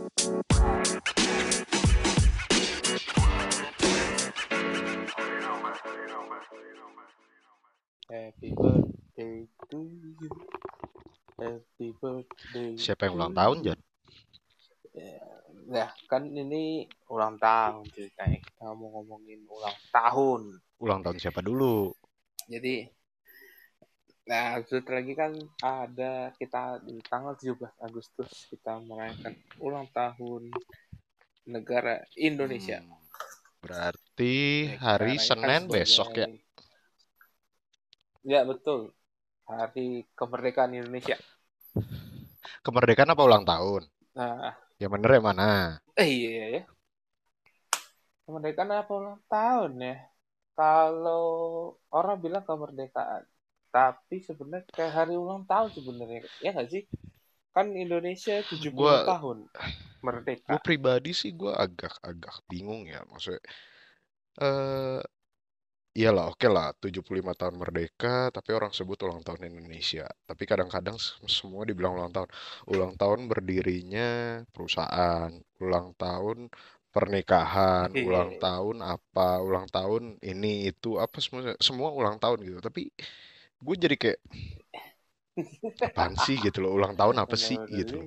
Happy birthday to you. Happy birthday Siapa yang to ulang tahun, you. Jan? Ya, kan ini ulang tahun ceritanya. Kita mau ngomongin ulang tahun. Ulang tahun siapa dulu? Jadi, nah, sebentar lagi kan ada kita di tanggal 17 Agustus kita merayakan ulang tahun negara Indonesia. Berarti Ya, kita hari rayakan Senin besok ya. sebagai, ya betul, hari kemerdekaan Indonesia. Kemerdekaan apa ulang tahun? Nah, Yang bener yang mana? iya ya, kemerdekaan apa ulang tahun ya? Kalau orang bilang kemerdekaan, tapi sebenarnya kayak hari ulang tahun sebenarnya, ya nggak sih? Kan Indonesia 75 Gua, tahun merdeka. gue pribadi sih gue agak bingung ya. Maksudnya, eh iyalah oke lah 75 tahun merdeka, tapi orang sebut ulang tahun Indonesia. Tapi kadang-kadang semua dibilang ulang tahun. Ulang tahun berdirinya perusahaan, ulang tahun pernikahan, ulang tahun apa, ulang tahun ini itu apa semua ulang tahun gitu. Tapi gue jadi kayak apaan sih gitu loh, ulang tahun apa sih gitu loh. Bener-bener.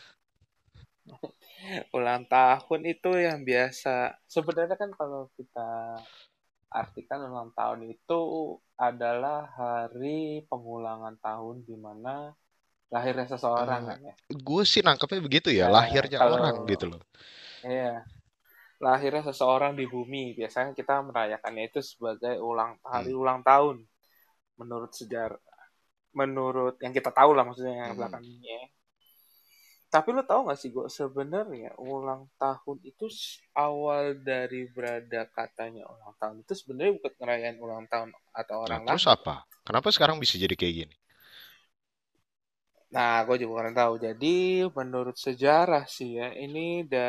Ulang tahun itu yang biasa. Sebenarnya kan kalau kita artikan ulang tahun itu adalah hari pengulangan tahun di mana lahirnya seseorang Eh, kan ya. gue sih nangkepnya begitu ya, Nah, lahirnya kalau orang gitu loh. ya lahirnya seseorang di bumi, biasanya kita merayakannya itu sebagai hari Hmm, ulang tahun menurut sejarah, menurut yang kita tahu lah maksudnya yang hmm. belakangnya. Tapi lo tau gak sih gue sebenarnya ulang tahun itu awal dari berada katanya ulang tahun itu sebenarnya bukan ngerayain ulang tahun atau Nah orang terus lahir. apa? Kenapa sekarang bisa jadi kayak gini? Nah, gue juga kurang tahu. Jadi menurut sejarah sih ya, ini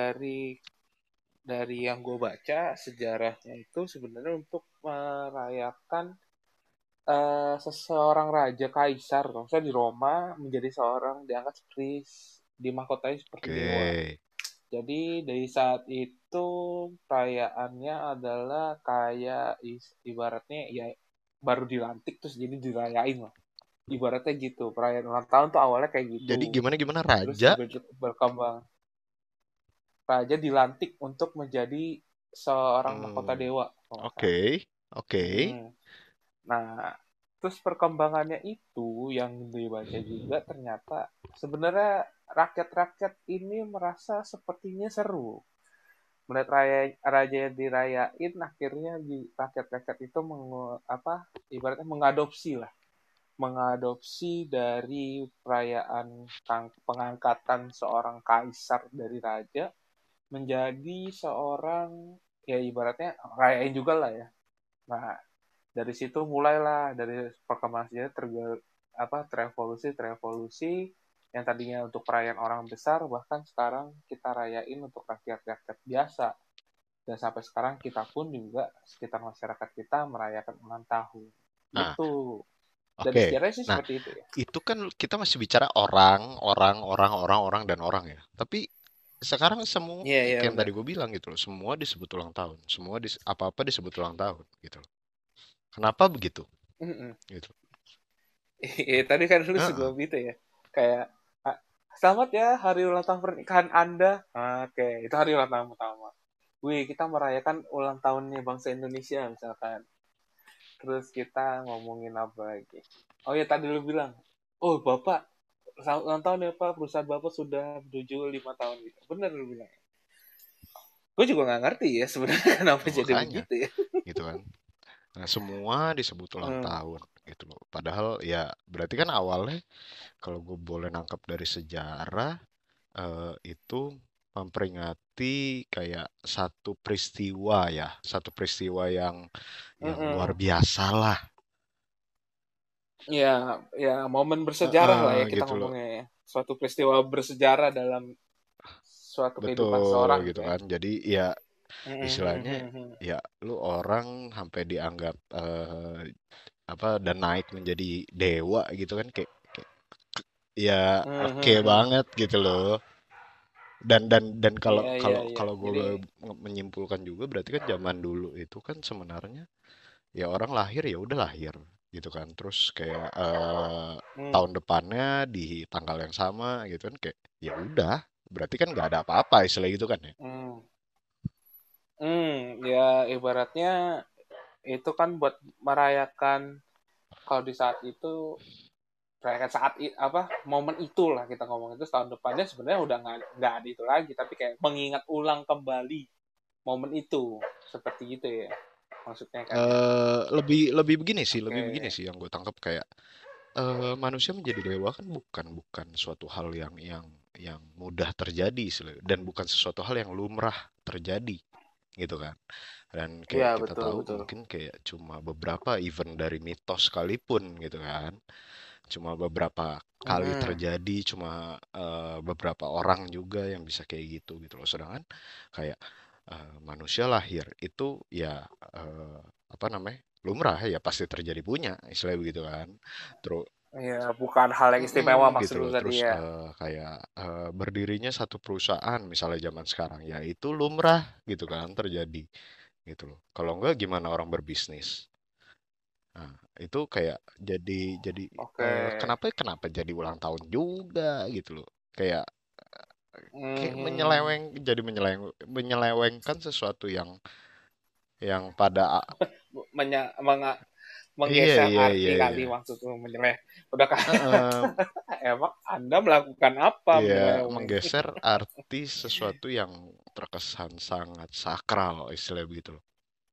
dari yang gue baca sejarahnya itu sebenarnya untuk merayakan seseorang raja kaisar, kalau misalnya di Roma menjadi seorang diangkat seperti dimahkotai seperti dewa. Oke. Jadi dari saat itu perayaannya adalah kayak ibaratnya ya baru dilantik terus jadi dirayain lah. Ibaratnya gitu. Perayaan ulang tahun tuh awalnya kayak gitu. Jadi gimana gimana Terus raja? berkembang. Raja dilantik untuk menjadi seorang mahkota Hmm, dewa, kalau nggak oke, salah. oke. Mm-mm. Nah, terus perkembangannya itu yang dibaca juga ternyata sebenarnya rakyat-rakyat ini merasa sepertinya seru melihat raja yang dirayain akhirnya di rakyat-rakyat itu ibaratnya mengadopsi dari perayaan pengangkatan seorang kaisar dari raja menjadi seorang ya ibaratnya rayain juga lah ya. Nah, dari situ mulailah dari perkembangan sejarah terevolusi yang tadinya untuk perayaan orang besar bahkan sekarang kita rayain untuk rakyat-rakyat biasa dan sampai sekarang kita pun juga sekitar masyarakat kita merayakan ulang tahun Nah, gitu dari oke. sejarah sih Nah, seperti itu ya. itu kan kita masih bicara orang, dan orang ya. Tapi sekarang semua, Iya iya kayak yang benar. tadi gue bilang gitu loh, semua disebut ulang tahun. Semua apa-apa disebut ulang tahun gitu loh. Kenapa begitu? Mm-mm. Gitu. Tadi kan lu Heeh. sebelum itu ya kayak "Ah, selamat ya hari ulang tahun pernikahan Anda." Oke, itu hari ulang tahun pertama. Wih, kita merayakan ulang tahunnya bangsa Indonesia misalkan. Terus kita ngomongin apa lagi? Oh ya tadi lu bilang, oh Bapak, selamat ulang tahun ya Pak, perusahaan Bapak sudah menuju 5 tahun gitu. Bener lu bilang. Gue juga nggak ngerti ya sebenarnya kenapa Nah, jadi makanya begitu ya. gitu kan. Nah, semua disebut ulang Hmm. tahun gitu loh. Padahal ya berarti kan awalnya kalau gue boleh nangkap dari sejarah itu memperingati kayak satu peristiwa yang luar Mm-mm. biasa lah. Ya, ya momen bersejarah lah ya kita Gitu loh. ngomongnya ya. Suatu peristiwa bersejarah dalam suatu kehidupan Betul seseorang gitu gitu ya. kan. Jadi ya istilahnya Mm-mm. ya lu orang sampai dianggap apa dan naik menjadi dewa gitu kan kayak ya oke Mm-mm. banget gitu loh. Dan kalau Iya, iya, kalau iya. kalau Jadi, gue menyimpulkan juga berarti kan zaman dulu itu kan sebenarnya ya orang lahir ya udah lahir gitu kan. Terus kayak hmm, tahun depannya di tanggal yang sama gitu kan kayak ya udah berarti kan nggak ada apa-apa istilah gitu kan ya. hmm, ya ibaratnya itu kan buat merayakan kalau di saat itu merayakan saat apa momen itulah kita ngomong itu tahun depannya sebenarnya udah nggak ada itu lagi tapi kayak mengingat ulang kembali momen itu seperti itu ya maksudnya kan ya. Lebih lebih begini sih, lebih begini Oke. sih yang gue tangkap kayak manusia menjadi dewa kan bukan suatu hal yang mudah terjadi dan bukan sesuatu hal yang lumrah terjadi gitu kan. Dan Iya kayak kita betul tahu betul. mungkin kayak cuma beberapa event dari mitos sekalipun gitu kan. Cuma beberapa kali Mm-mm. terjadi, cuma beberapa orang juga yang bisa kayak gitu gitu loh. Sedangkan kayak manusia lahir itu ya eh, apa namanya? Lumrah ya pasti terjadi punya, istilahnya begitu kan. Terus Iya bukan hal yang istimewa gitu maksud lu loh. tadi Terus ya. kayak berdirinya satu perusahaan misalnya zaman sekarang ya itu lumrah gitu kan terjadi gitu loh. Kalau enggak gimana orang berbisnis? Nah, itu kayak jadi Oke. kenapa kenapa jadi ulang tahun juga gitu loh. Kayak kayak Mhm. menyelewengkan sesuatu yang pada Menya, iya menggeser iya iya arti iya. kali maksud lu menyeleh. Udah kan Heeh, emang Anda melakukan apa iya menyeleweng? menggeser arti sesuatu yang terkesan sangat sakral istilah begitu loh.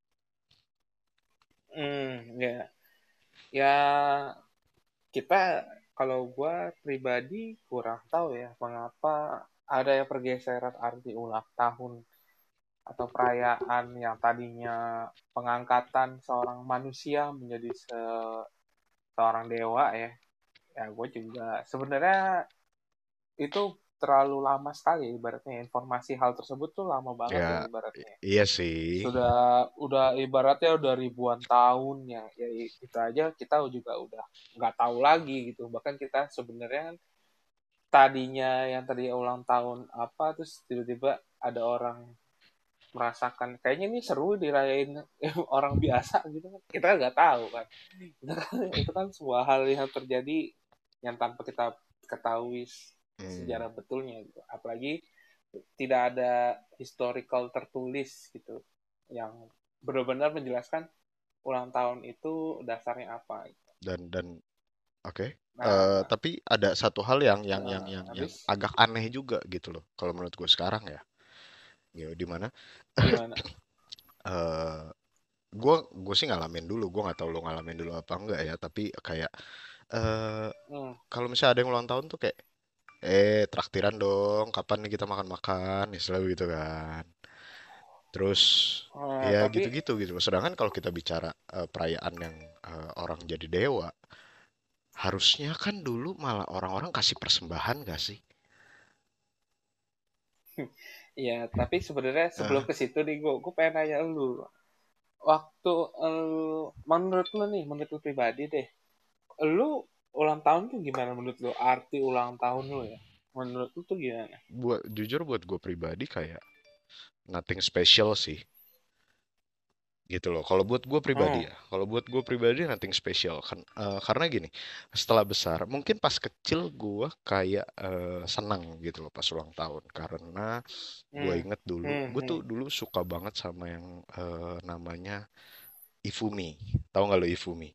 Ya. Ya kita kalau gua pribadi kurang tahu ya mengapa ada ya pergeseran arti ulang tahun atau perayaan yang tadinya pengangkatan seorang manusia menjadi seorang dewa ya. Ya gue juga sebenarnya itu terlalu lama sekali ibaratnya informasi hal tersebut tuh lama banget Ya ya ibaratnya. iya sih. Udah ibaratnya udah ribuan tahun ya, ya itu aja kita juga udah nggak tahu lagi gitu. Bahkan kita sebenarnya kan tadinya yang tadi ulang tahun apa terus tiba-tiba ada orang merasakan kayaknya ini seru dirayain orang biasa gitu kan kita nggak tahu kan itu kan sebuah hal yang terjadi yang tanpa kita ketahui Hmm. sejarah betulnya gitu apalagi tidak ada historical tertulis gitu yang benar-benar menjelaskan ulang tahun itu dasarnya apa gitu. Dan oke. Nah, Tapi ada satu hal yang habis agak aneh juga gitu loh kalau menurut gue sekarang ya. Ya di mana gimana? eh gue sih ngalamin dulu, gue nggak tahu lo ngalamin dulu apa enggak ya, tapi kayak eh Hmm. kalau misalnya ada yang ulang tahun tuh kayak traktiran dong, kapan nih kita makan-makan, istilah gitu kan. Terus ya Tapi gitu-gitu gitu loh. Sedangkan kalau kita bicara perayaan yang orang jadi dewa, harusnya kan dulu malah orang-orang kasih persembahan gak sih? ya, tapi sebenarnya sebelum Hah? ke situ nih gue pengen nanya lu. Waktu menurut lu nih, menurut lu pribadi deh, lu ulang tahun tuh gimana menurut lu? Arti ulang tahun lu ya? Menurut lu tuh gimana? Jujur buat gue pribadi kayak nothing special sih. Gitu loh. Kalau buat gue pribadi Hmm, ya, kalau buat gue pribadi nothing special kan, karena gini, setelah besar, mungkin pas kecil gue kayak senang gitu loh pas ulang tahun, karena gue hmm, inget dulu, hmm, gue tuh hmm. dulu suka banget sama yang namanya Ifumi, tahu nggak lo Ifumi?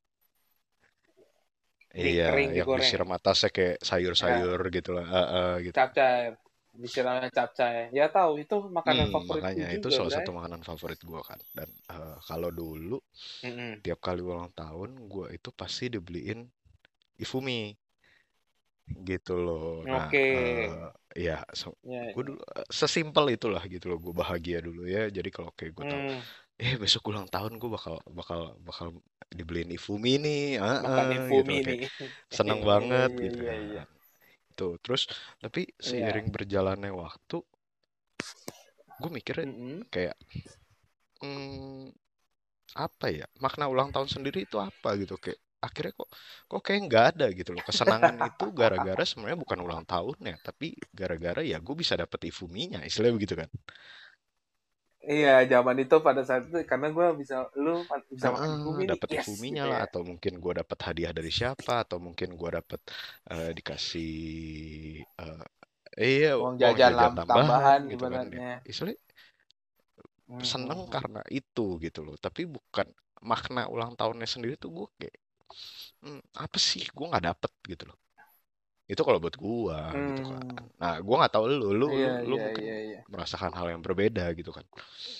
Mie Iya, kering yang digoreng ya? disiram atasnya kayak Ya, sayur-sayur gitu lah, gitu. capcay. Disiramnya capcay. Ya tahu, itu makanan favoritku Makanya itu juga, salah Bray. satu makanan favorit gue kan, dan kalau dulu Hmm, tiap kali ulang tahun gue itu pasti dibeliin Ifumi gitu loh. Nah, oke. ya Ya, gue ya. dulu sesimpel itulah gitu loh. Gue bahagia dulu ya. Jadi kalau kayak gue tahu, Hmm, besok ulang tahun gue bakal bakal bakal dibeliin Ifumi nih, makan gitu infumi loh kayak nih. seneng Iya, banget iya, gitu iya, iya. kan. Tuh terus tapi Iya. seiring berjalannya waktu, gue mikirnya Mm-mm. kayak hmm, apa ya makna ulang tahun sendiri itu apa gitu kayak. akhirnya kok kayak nggak ada gitu loh. Kesenangan itu gara-gara sebenarnya bukan ulang tahun ya, tapi gara-gara ya gue bisa dapet Ifuminya, istilahnya begitu kan. Iya, zaman itu pada saat itu karena gue bisa, lu bisa makan Heeh, Indomie nih, dapat yes Ifuminya gitu lah, ya. atau mungkin gue dapat hadiah dari siapa, atau mungkin gue dapat dikasih eh, iya Uang uang jajan jajan tambahan tambahan gitu kan ya. ibaratnya. Istilahnya Hmm, hmm, seneng hmm. karena itu gitu loh, tapi bukan makna ulang tahunnya sendiri tuh gue kayak apa sih gue nggak dapet gitu loh. Itu kalau buat gua gitu kan. Hmm, Nah, gua nggak tahu iya lu iya mungkin iya iya. merasakan hal yang berbeda gitu kan.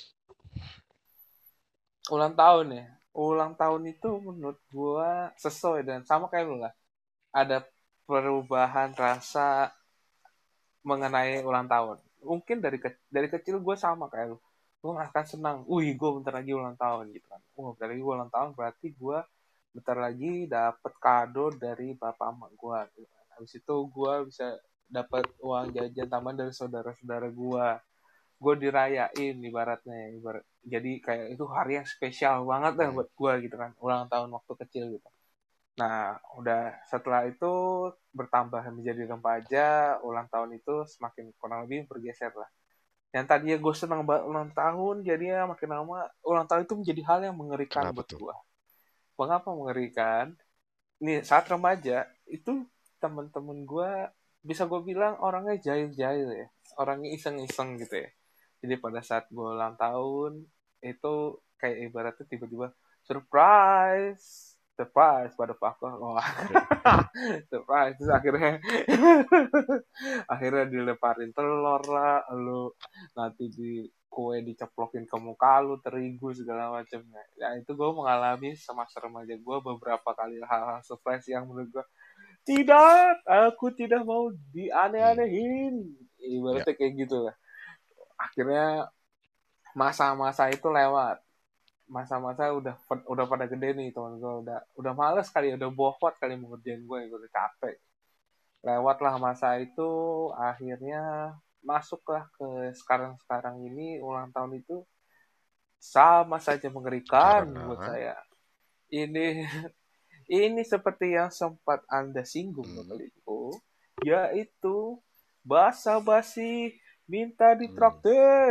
Ulang tahun ya. Ulang tahun itu menurut gua sesuai dan sama kayak lu lah. Ada perubahan rasa mengenai ulang tahun. Mungkin dari kecil gue sama kayak lu. Gue akan senang. Wih, gue bentar lagi ulang tahun gitu kan. Bentar lagi gue ulang tahun berarti gue bentar lagi dapet kado dari bapak emak gue. Gitu kan. Habis itu gue bisa dapat uang jajan tambahan dari saudara-saudara gue. Gue dirayain ibaratnya. Jadi kayak itu hari yang spesial banget lah Hmm, buat gue gitu kan. Ulang tahun waktu kecil gitu. Nah, udah setelah itu bertambah menjadi remaja, ulang tahun itu semakin kurang lebih bergeser lah. Yang tadinya gue senang banget ulang tahun, jadinya makin lama ulang tahun itu menjadi hal yang mengerikan kenapa buat tuh? gue. Mengapa mengerikan? Nih, saat remaja, itu teman-teman gue bisa gue bilang orangnya jahil-jahil ya. Orangnya iseng-iseng gitu ya. Jadi pada saat gue ulang tahun, itu kayak ibaratnya tiba-tiba surprise, surprise pada Paco. Wah, surprise. Terus akhirnya akhirnya dilemparin telur lah, lu nanti di kue diceplokin ke muka lu, terigu segala macamnya. Ya itu gue mengalami semasa remaja gue beberapa kali hal-hal surprise yang menurut gue tidak, aku tidak mau Hmm, dianeh-anehin. ya, Ibaratnya kayak gitu lah. Akhirnya masa-masa itu lewat. Masa-masa udah pada gede nih teman gue, udah males kali, udah bohot kali mengerjain gue, udah capek. Lewatlah masa itu, akhirnya masuklah ke sekarang-sekarang ini. Ulang tahun itu sama saja mengerikan buat karena saya. Ini ini seperti yang sempat Anda singgung hmm, Bapak Liko, yaitu basa-basi minta hmm, ditraktir.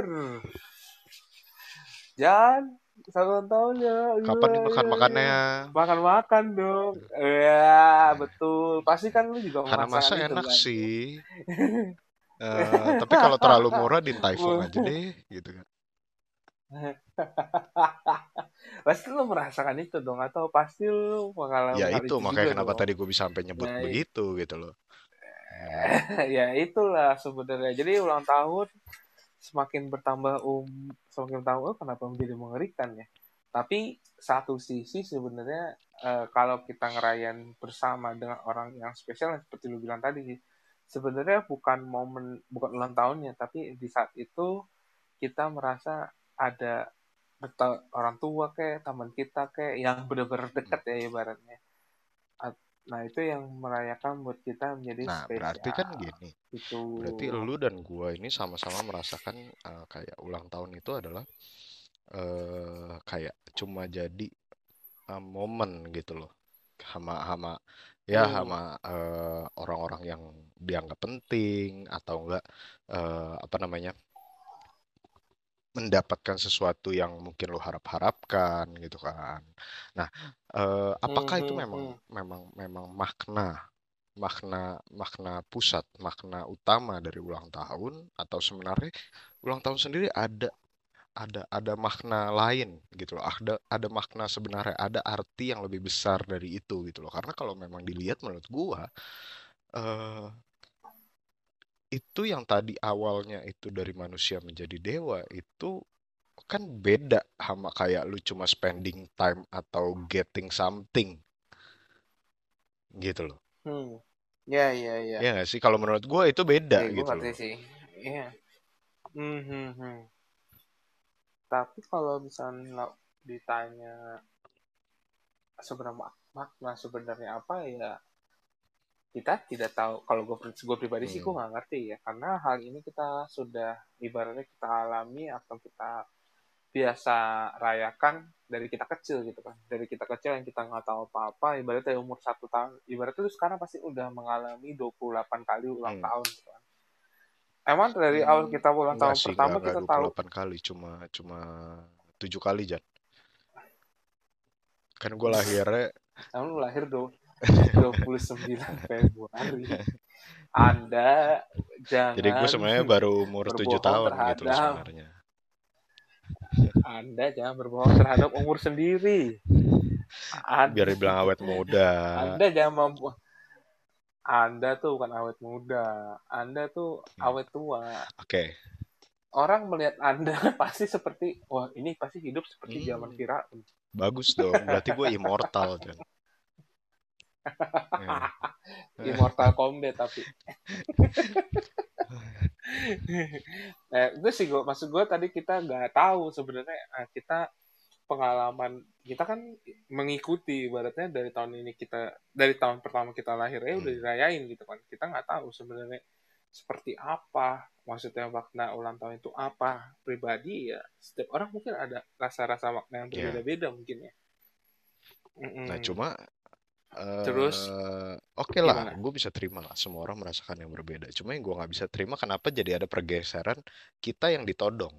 Jangan satu tahunnya, kapan iya, nih iya, iya. makan-makannya? Makan-makan dong. Ya, Eh, betul. Pasti kan lu juga Hanamasa merasakan itu enak kan. sih. Tapi kalau terlalu murah di Typhoon aja deh gitu kan. Pasti lu merasakan itu dong, atau pasti lu Ya mengalami hal itu itu makanya juga kenapa dong. tadi gue bisa sampai nyebut Nah, begitu gitu loh. Ya kan? ya itulah sebenarnya. Jadi ulang tahun semakin bertambah kenapa menjadi mengerikan ya. Tapi satu sisi sebenarnya kalau kita ngerayain bersama dengan orang yang spesial seperti lu bilang tadi sih, sebenarnya bukan ulang tahunnya, tapi di saat itu kita merasa ada orang tua kayak teman kita kayak yang benar-benar Hmm. dekat ya ibaratnya. Nah itu yang merayakan buat kita menjadi Nah, berarti kan spesial. gini. Itu. Berarti lu dan gua ini sama-sama merasakan kayak ulang tahun itu adalah kayak cuma jadi momen gitu loh. Sama sama ya Hmm. sama orang-orang yang dianggap penting atau enggak apa namanya? Mendapatkan sesuatu yang mungkin lo harap-harapkan gitu kan. Nah, Hmm, apakah itu hmm, memang hmm. memang makna makna makna pusat, makna utama dari ulang tahun atau sebenarnya ulang tahun sendiri ada makna lain gitu loh. Ada makna sebenarnya, ada arti yang lebih besar dari itu gitu loh. Karena kalau memang dilihat menurut gua eh itu yang tadi awalnya itu dari manusia menjadi dewa itu kan beda sama kayak lu cuma spending time atau getting something gitu loh. Hmm. Ya, ya, ya. Ya nggak sih? Kalau menurut gue itu beda Ya, gue gitu ngerti loh. sih. Iya. Hmm, hmm, hmm. Tapi kalau misalnya ditanya sebenarnya makna sebenarnya apa ya, kita tidak tahu. Kalau gue pribadi sih gue Hmm. nggak ngerti ya, karena hal ini kita sudah ibaratnya kita alami atau kita biasa rayakan dari kita kecil gitu kan, dari kita kecil yang kita nggak tahu apa-apa, ibaratnya dari umur 1 tahun, ibaratnya tuh sekarang pasti udah mengalami 28 kali ulang Hmm. tahun gitu kan. Emang dari awal kita ulang Enggak tahun sih, pertama enggak kita tahu. 28 kali, cuma cuma 7 kali, Jan. Kan gue lahirnya. Emang lu lahir 29 Februari. Anda Jadi gue jangan sebenarnya baru umur 7 berbohong tahun gitu loh terhadap sebenarnya. Anda jangan berbohong terhadap umur sendiri. Biar Anda, dibilang awet muda. Anda jangan mampu. Anda tuh bukan awet muda. Anda tuh Hmm. awet tua. Oke. Orang melihat Anda pasti seperti, wah ini pasti hidup seperti zaman Hmm, Firaun. bagus dong. Berarti gue immortal, Jan. Ya. Immortal Kombat tapi. Itu sih gue, maksud gue tadi kita nggak tahu sebenarnya, kita pengalaman kita kan mengikuti ibaratnya dari tahun pertama kita lahir ya udah Hmm. dirayain gitu kan, kita nggak tahu sebenarnya seperti apa maksudnya makna ulang tahun itu apa, pribadi ya setiap orang mungkin ada rasa-rasa makna yang Ya. berbeda-beda mungkin ya. Nah, Mm-mm. cuma Terus oke lah, gimana? gue bisa terima lah. Semua orang merasakan yang berbeda. Cuma yang gue nggak bisa terima kenapa jadi ada pergeseran kita yang ditodong,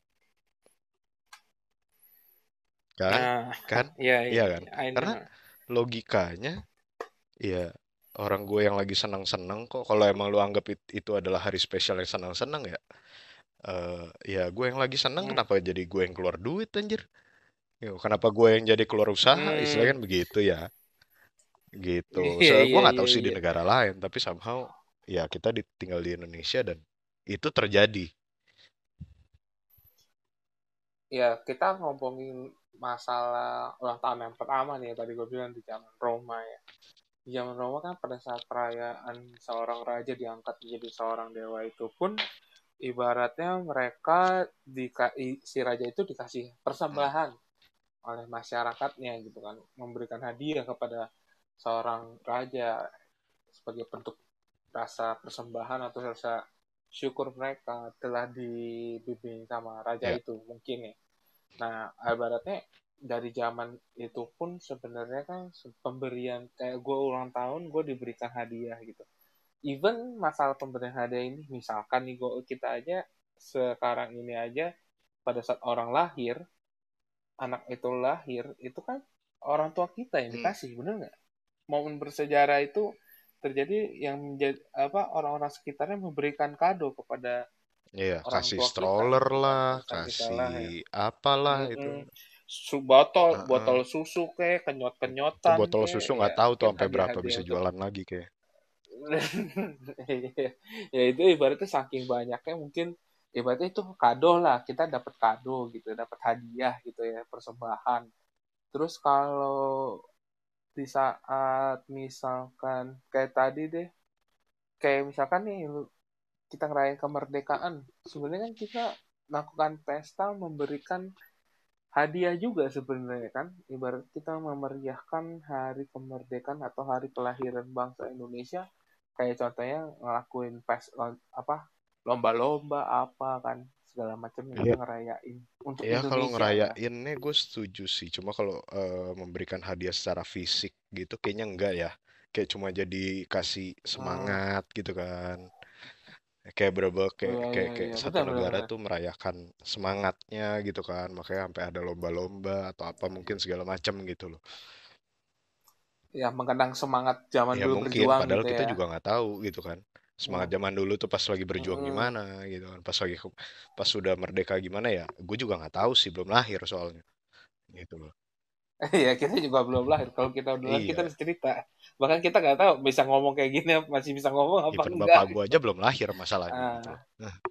kan? Nah, Kan? ya, Iya kan? I Karena know. logikanya, ya orang gue yang lagi senang-senang kok. Kalau emang lu anggap itu adalah hari spesial yang senang-senang ya, ya gue yang lagi senang Hmm. kenapa jadi gue yang keluar duit anjir? Yo, kenapa gue yang jadi keluar usaha? Istilahnya Hmm. kan begitu ya. Gitu. Iya, Gue iya, nggak iya, tahu sih di iya. negara lain, tapi somehow ya kita tinggal di Indonesia dan itu terjadi. Ya kita ngomongin masalah ulang tahun yang pertama nih tadi gue bilang di zaman Roma ya. Di zaman Roma kan pada saat perayaan seorang raja diangkat menjadi seorang dewa itu pun ibaratnya mereka si raja itu dikasih Hmm. persembahan oleh masyarakatnya gitu kan, memberikan hadiah kepada seorang raja sebagai bentuk rasa persembahan atau rasa syukur mereka telah dibimbing sama raja Ya, itu mungkin ya. Nah, ibaratnya dari zaman itu pun sebenarnya kan pemberian kayak gue ulang tahun gue diberikan hadiah gitu. Even masalah pemberian hadiah ini misalkan nih kita aja sekarang ini aja pada saat orang lahir, anak itu lahir itu kan orang tua kita yang hmm, dikasih, bener nggak? Momen bersejarah itu terjadi yang menjadi apa, orang-orang sekitarnya memberikan kado kepada iya, orang kasih tua kita stroller gitu kan lah, pada saat kita kasih lahir. apalah itu. Mm-mm. Botol Heeh. botol susu kayak Itu kenyot-kenyotan botol kayak susu ya nggak tahu tuh mungkin sampai berapa hadiah-hadiah bisa untuk jualan lagi kayak. ya itu ibaratnya saking banyaknya mungkin ibaratnya itu kado lah, kita dapat kado gitu, dapat hadiah gitu ya, persembahan. Terus kalau di saat misalkan kayak tadi deh, kayak misalkan nih kita ngerayain kemerdekaan, sebenarnya kan kita melakukan pesta memberikan hadiah juga sebenarnya kan, ibarat kita memeriahkan hari kemerdekaan atau hari kelahiran bangsa Indonesia, kayak contohnya ngelakuin apa lomba-lomba apa kan segala macam yang kita Iya. ngerayain untuk Ya kalau Indonesia ya. ngerayainnya gue setuju sih. Cuma kalau memberikan hadiah secara fisik gitu kayaknya enggak ya. Kayak cuma jadi kasih Hmm, semangat gitu kan. Kayak berapa kayak iya kayak iya kayak iya, satu benar benar negara benar. tuh merayakan semangatnya gitu kan. Makanya sampai ada lomba-lomba atau apa mungkin segala macam gitu loh. Ya mengenang semangat zaman Ya dulu mungkin berjuang padahal gitu kita ya. juga nggak tahu gitu kan. Semangat Hmm, zaman dulu tuh pas lagi berjuang hmm. gimana gitu kan. Pas sudah merdeka gimana ya. Gue juga nggak tahu sih belum lahir soalnya gitu loh. Ya kita juga belum lahir, kalau kita udah lahir kita Iya, bisa cerita, bahkan kita nggak tahu bisa ngomong kayak gini masih bisa ngomong apa even enggak bapak gue gitu. aja belum lahir masalahnya gitu loh. Ah.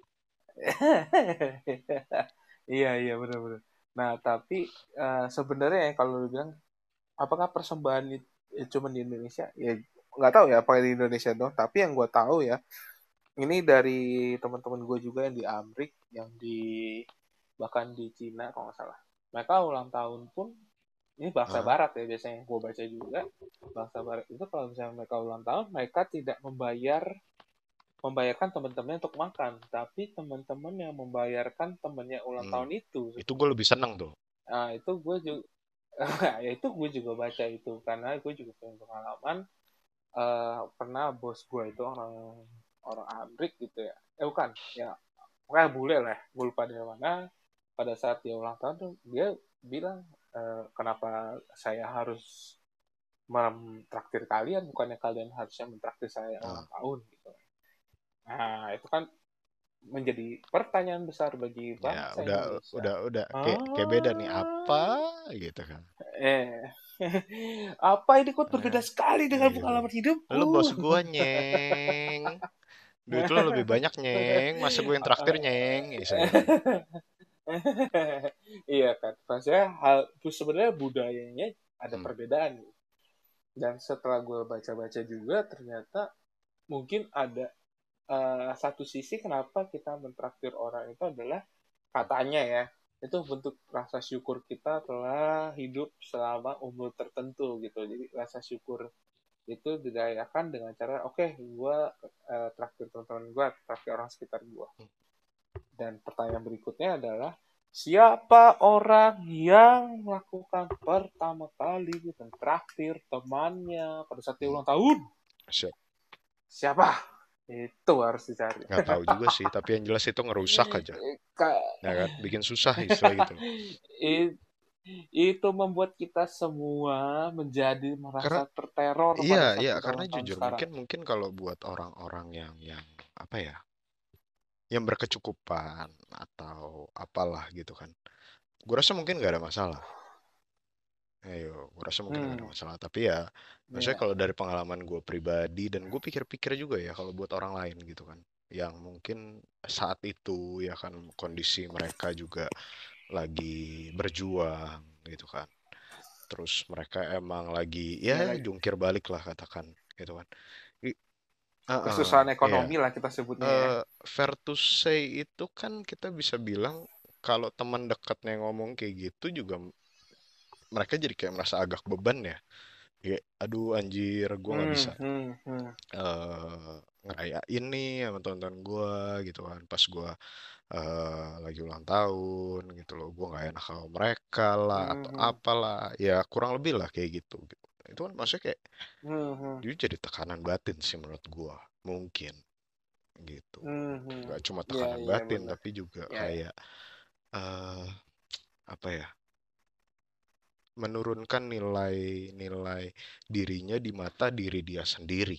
Iya iya benar-benar. Nah tapi sebenarnya ya kalau lu bilang apakah persembahan itu cuma di Indonesia ya, nggak tahu ya apa di Indonesia dong, tapi yang gue tahu ya ini dari teman-teman gue juga yang di Amrik, yang di bahkan di Cina kalau nggak salah, mereka ulang tahun pun ini bangsa Hah? Barat ya biasanya gue baca juga, bangsa Barat itu kalau misalnya mereka ulang tahun mereka tidak membayar membayarkan teman-temannya untuk makan, tapi teman-teman yang membayarkan temennya ulang Hmm. tahun itu Itu gue sebenarnya. lebih seneng tuh. Nah, itu gue juga ya itu gue juga baca itu karena gue juga punya pengalaman, pernah bos gue itu orang orang Amrik gitu ya. Bukan, ya pokoknya bule lah, gue lupa dari mana. Pada saat dia ulang tahun tuh dia bilang, kenapa saya harus mentraktir kalian, bukannya kalian harusnya mentraktir saya ulang Nah, tahun gitu. Nah, itu kan menjadi pertanyaan besar bagi ya bangsa udah Indonesia. udah kayak beda nih apa Ah, gitu kan. eh, apa ini kok berbeda Eh, sekali dengan gitu. pengalaman Lu bos hidupku? gua nyeng. Duit lu lebih banyak nyeng. Masa gue yang traktir nyeng. Saya gitu. Iya kan, maksudnya hal sebenarnya budayanya ada Hmm. perbedaan. Dan setelah gue baca-baca juga ternyata mungkin ada, satu sisi kenapa kita mentraktir orang itu adalah katanya ya, itu bentuk rasa syukur kita telah hidup selama umur tertentu gitu. Jadi rasa syukur itu dirayakan dengan cara oke, okay, gue, traktir teman-teman gue, traktir orang sekitar gue. Dan pertanyaan berikutnya adalah siapa orang yang melakukan pertama kali dan traktir temannya pada saat dia Hmm. ulang tahun? Siap. Siapa? Itu harus dicari. Nggak tahu juga sih. Tapi yang jelas itu ngerusak aja. Ya kan? Bikin susah istilah gitu. Itu membuat kita semua menjadi Karena merasa terteror iya, pada saat iya, kita karena ulang tahun jujur sekarang. mungkin kalau buat orang-orang yang apa ya, yang berkecukupan atau apalah gitu kan. Gue rasa mungkin nggak ada masalah. Ayo, gue rasa mungkin nggak ada Hmm, masalah. Tapi ya, maksudnya ya, kalau dari pengalaman gue pribadi dan gue pikir-pikir juga ya kalau buat orang lain gitu kan, yang mungkin saat itu ya kan kondisi mereka juga lagi berjuang gitu kan. Terus mereka emang lagi ya ya lagi jungkir balik lah katakan gitu kan. I- kesusahan iya. ekonomi lah kita sebutnya ya. Fair to say itu kan kita bisa bilang kalau teman dekatnya ngomong kayak gitu juga mereka jadi kayak merasa agak beban ya. Kayak, aduh anjir, gue nggak Hmm, bisa hmm, hmm, ngerayain nih sama teman-teman gue gitu kan. Pas gue lagi ulang tahun gitu loh, gue nggak enak sama mereka lah hmm, atau hmm, apalah. Ya kurang lebih lah kayak gitu. Gitu. Itu kan maksudnya kayak hmm, hmm. dia jadi tekanan batin sih menurut gue. Mungkin gitu. Hmm, hmm. Gak cuma Iya, tekanan iya batin benar. tapi juga Ya, ya. kayak eh apa ya, menurunkan nilai-nilai dirinya di mata diri dia sendiri.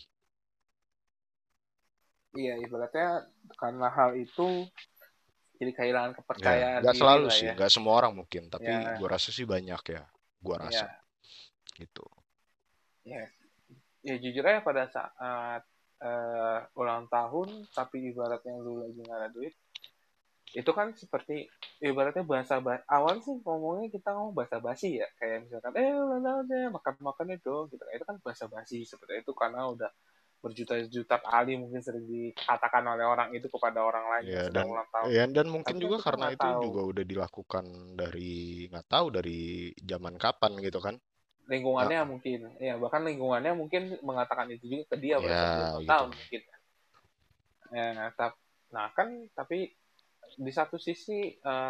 Iya, ibaratnya karena hal itu jadi kehilangan Ya, kepercayaan nggak diri selalu lah sih, ya. nggak semua orang mungkin, tapi Ya, gua rasa sih banyak ya, gua rasa ya, gitu. ya. Ya jujur aja pada saat, ulang tahun, tapi ibaratnya lu lagi nggak ada duit, itu kan seperti ibaratnya awal sih ngomongnya kita ngomong bahasa basi ya, kayak misalkan ulang tahun deh makan makan itu gitu, itu kan bahasa basi seperti itu karena udah berjuta-juta kali mungkin sering dikatakan oleh orang itu kepada orang lain Ya yang sedang dan ulang tahun. ya dan mungkin Tapi kan juga kita karena nggak itu tahu juga udah dilakukan dari nggak tahu dari zaman kapan gitu kan. Ah, lingkungannya mungkin, ya bahkan lingkungannya mungkin mengatakan itu juga ke dia pada ya saat dia ulang gitu. tahun mungkin. Ya, nah kan tapi di satu sisi,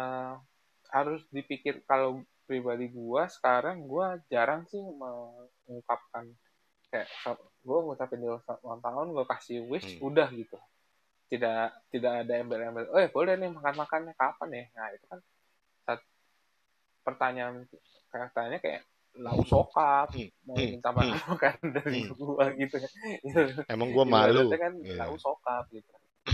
harus dipikir kalau pribadi gua sekarang gua jarang sih mengungkapkan kayak gua ngucapin di ulang tahun gua kasih wish Hmm, udah gitu, tidak tidak ada embel-embel boleh nih makan makannya kapan ya, nah itu kan saat pertanyaan katanya kayak lau sokap hmm, mau hmm, minta hmm, makan makan dari hmm. gua gitu kan. Emang gua malu. Ibaratnya kan lau Ya. sokap gitu.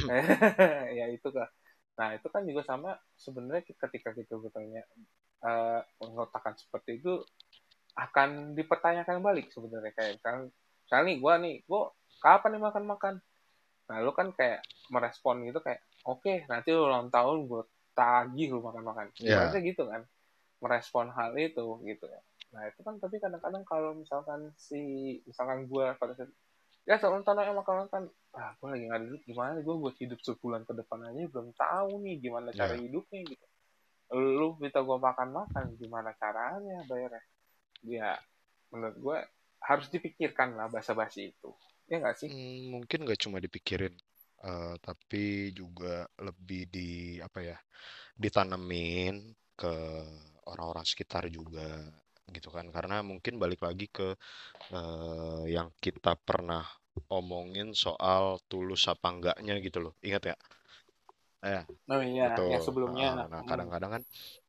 Ya itu kan, nah itu kan juga sama sebenarnya ketika kita bertanya, mengkotakkan seperti itu akan dipertanyakan balik sebenarnya kayak misalnya nih gua kapan nih makan makan, nah lu kan kayak merespon gitu kayak oke okay, nanti lu ulang tahun gue tagih lu makan makan Ya, ibaratnya gitu kan, merespon hal itu gitu ya. Nah itu kan tapi kadang-kadang kalau misalkan gue pada saat ya soal tanah makan makan, gue lagi nggak ada duit gimana gue buat hidup sebulan ke depan aja belum tahu nih gimana cara ya. hidupnya gitu, lu minta gue makan makan gimana caranya bayarnya, ya menurut gue harus dipikirkan lah bahasa basi itu, ya nggak sih. Mungkin nggak cuma dipikirin. tapi juga lebih di apa ya, ditanemin ke orang-orang sekitar juga gitu kan, karena mungkin balik lagi ke yang kita pernah omongin soal tulus apa enggaknya gitu loh, ingat ya? Ya, Oh iya, yang betul. sebelumnya. Nah, kadang-kadang kan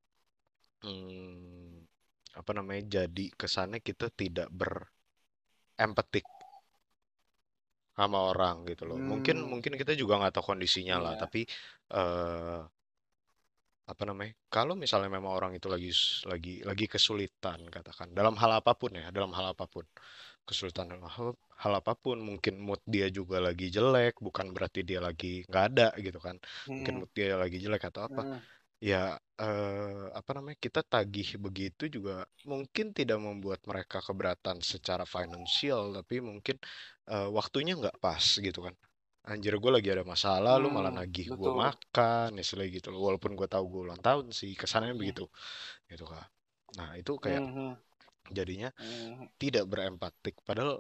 hmm, apa namanya, jadi kesannya kita tidak berempatik sama orang gitu loh. Mungkin Hmm, mungkin kita juga nggak tahu kondisinya lah, iya. tapi eh, apa namanya? Kalau misalnya memang orang itu lagi kesulitan, katakan dalam hal apapun ya, dalam hal apapun, kesulitan dalam hal apapun, mungkin mood dia juga lagi jelek, bukan berarti dia lagi nggak ada gitu kan. Mungkin Hmm, mood dia lagi jelek atau apa. hmm, Ya, apa namanya, kita tagih begitu juga mungkin tidak membuat mereka keberatan secara finansial, tapi mungkin waktunya nggak pas gitu kan. Anjir, gue lagi ada masalah, lu malah nagih gue betul. makan, istilah gitu loh. Walaupun gue tahu gue ulang tahun sih, kesannya Hmm, begitu, gitu kan. Nah, itu kayak hmm, hmm, jadinya hmm, tidak berempatik. Padahal